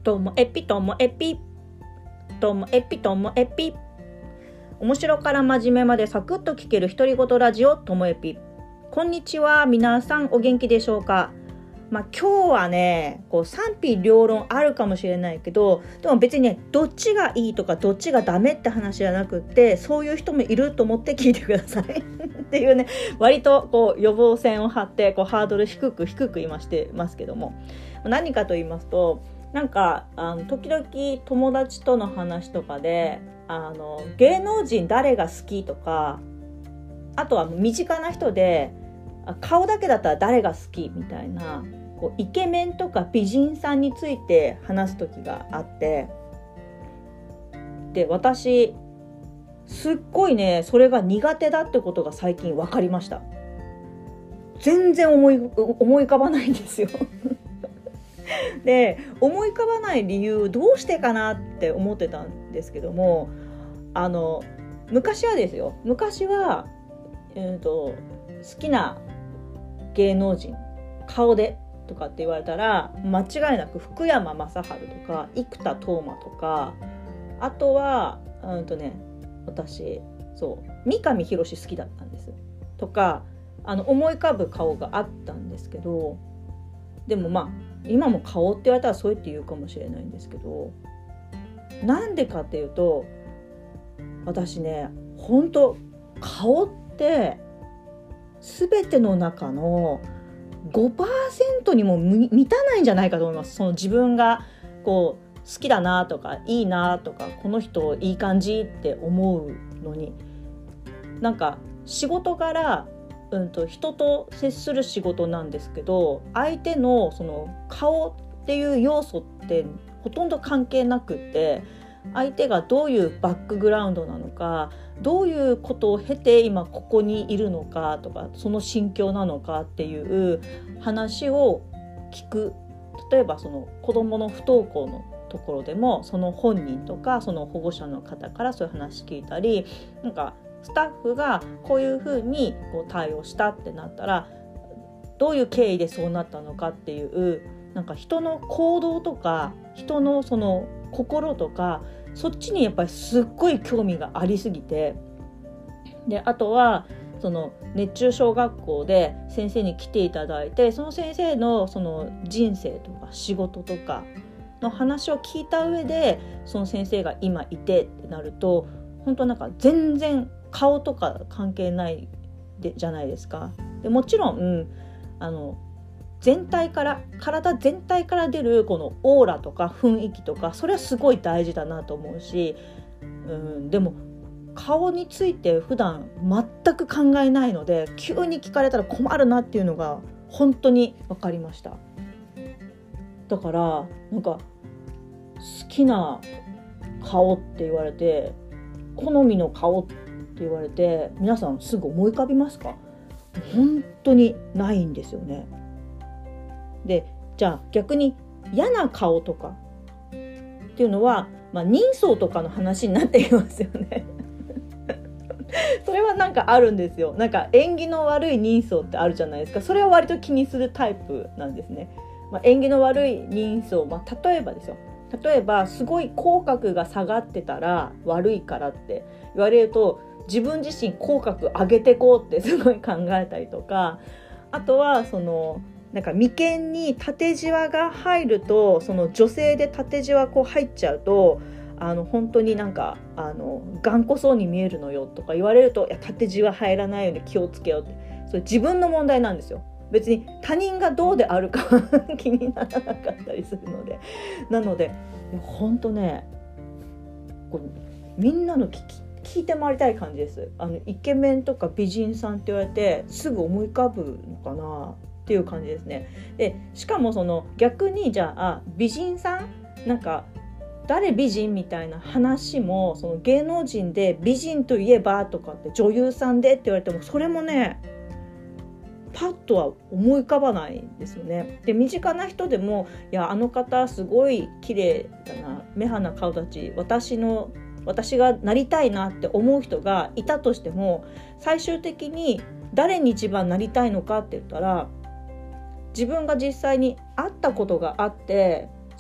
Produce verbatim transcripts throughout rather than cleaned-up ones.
ともえぴともえぴともえぴともえぴ、面白から真面目までサクッと聞ける独り言ラジオともえぴ。こんにちは、皆さんお元気でしょうか。まあ、今日はねこう賛否両論あるかもしれないけど、でも別にねどっちがいいとかどっちがダメって話じゃなくって、そういう人もいると思って聞いてくださいっていうね、割とこう予防線を張ってこうハードル低く低く今してますけども、何かと言いますと、なんかあの時々友達との話とかであの芸能人誰が好きとか、あとは身近な人で顔だけだったら誰が好きみたいな、こうイケメンとか美人さんについて話す時があって、で私すっごいねそれが苦手だってことが最近分かりました。全然思い思い浮かばないんですよで思い浮かばない理由どうしてかなって思ってたんですけども、あの昔はですよ昔は、えーと、好きな芸能人顔でとかって言われたら間違いなく福山雅治とか生田斗真とか、あとはうんとね私そう三上博史好きだったんですとか、あの思い浮かぶ顔があったんですけど、でもまあ今も顔って言われたらそうやって言うかもしれないんですけど、なんでかっていうと、私ね本当顔って全ての中の ごパーセント にも満たないんじゃないかと思います。その自分がこう好きだなとかいいなとかこの人いい感じって思うのに、なんか仕事柄、うんと人と接する仕事なんですけど、相手のその顔っていう要素ってほとんど関係なくって、相手がどういうバックグラウンドなのか、どういうことを経て今ここにいるのかとか、その心境なのかっていう話を聞く。例えばその子どもの不登校のところでも、その本人とかその保護者の方からそういう話聞いたり、なんかスタッフがこういうふうにこう対応したってなったらどういう経緯でそうなったのかっていう、なんか人の行動とか人のその心とか、そっちにやっぱりすっごい興味がありすぎて、であとはその熱中小学校で先生に来ていただいて、その先生のその人生とか仕事とかの話を聞いた上で、その先生が今いてってなると、本当なんか全然顔とか関係ないでじゃないですか。でもちろん、うん、あの全体から体全体から出るこのオーラとか雰囲気とか、それはすごい大事だなと思うし、うん、でも顔について普段全く考えないので、急に聞かれたら困るなっていうのが本当に分かりました。だからなんか好きな顔って言われて、好みの顔って言われて、皆さんすぐ思い浮かびますか？本当にないんですよね。でじゃあ逆に嫌な顔とかっていうのは、まあ、人相とかの話になっていますよねそれはなんかあるんですよ。なんか縁起の悪い人相ってあるじゃないですか。それは割と気にするタイプなんですね。まあ、縁起の悪い人相、まあ、例えばですよ、例えばすごい口角が下がってたら悪いからって言われると、自分自身口角上げてこうってすごい考えたりとか、あとはそのなんか眉間に縦じわが入ると、その女性で縦じわこう入っちゃうと、あの本当になんかあの頑固そうに見えるのよとか言われると、いや縦じわ入らないように気をつけようって、それ自分の問題なんですよ。別に他人がどうであるかは気にならなかったりするので、なので本当ね、こうみんなの聞き聞いて回りたい感じです。あのイケメンとか美人さんって言われてすぐ思い浮かぶのかなっていう感じですね。でしかもその逆にじゃあ美人さん、なんか誰美人みたいな話も、その芸能人で美人といえばとかって女優さんでって言われても、それもねパッとは思い浮かばないんですよね。で身近な人でも、いやあの方すごい綺麗だな、目鼻顔立ち、私の私がなりたいなって思う人がいたとしても、最終的に誰に一番なりたいのかって言ったら、自分が実際に会ったことがあって、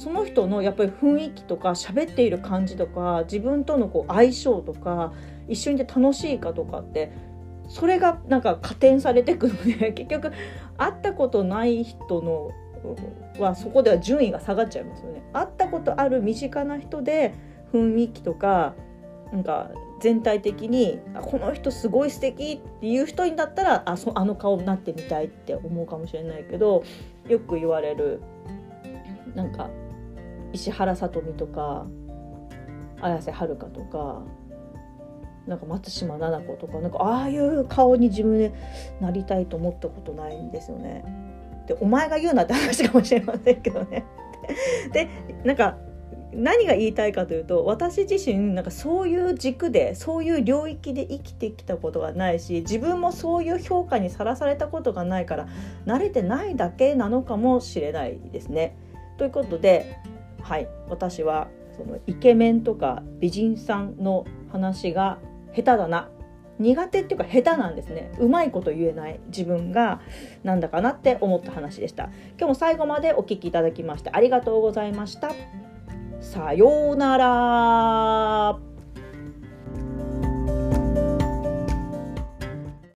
その人のやっぱり雰囲気とか喋っている感じとか自分とのこう相性とか一緒にいて楽しいかとかってそれがなんか加点されてくるので結局会ったことない人のはそこでは順位が下がっちゃいますよね。会ったことある身近な人で雰囲気とかなんか全体的にこの人すごい素敵っていう人にだったら あ, そあの顔になってみたいって思うかもしれないけど、よく言われるなんか石原さとみとか綾瀬はるかとかなんか松島菜々子とかなんかああいう顔に自分でなりたいと思ったことないんですよね。でお前が言うなって話かもしれませんけどねでなんか何が言いたいかというと、私自身なんかそういう軸でそういう領域で生きてきたことがないし、自分もそういう評価にさらされたことがないから慣れてないだけなのかもしれないですね。ということで、はい、私はそのイケメンとか美人さんの話が下手だな、苦手っていうか下手なんですね。うまいこと言えない自分がなんだかなって思った話でした。今日も最後までお聞きいただきましてありがとうございました。さようなら。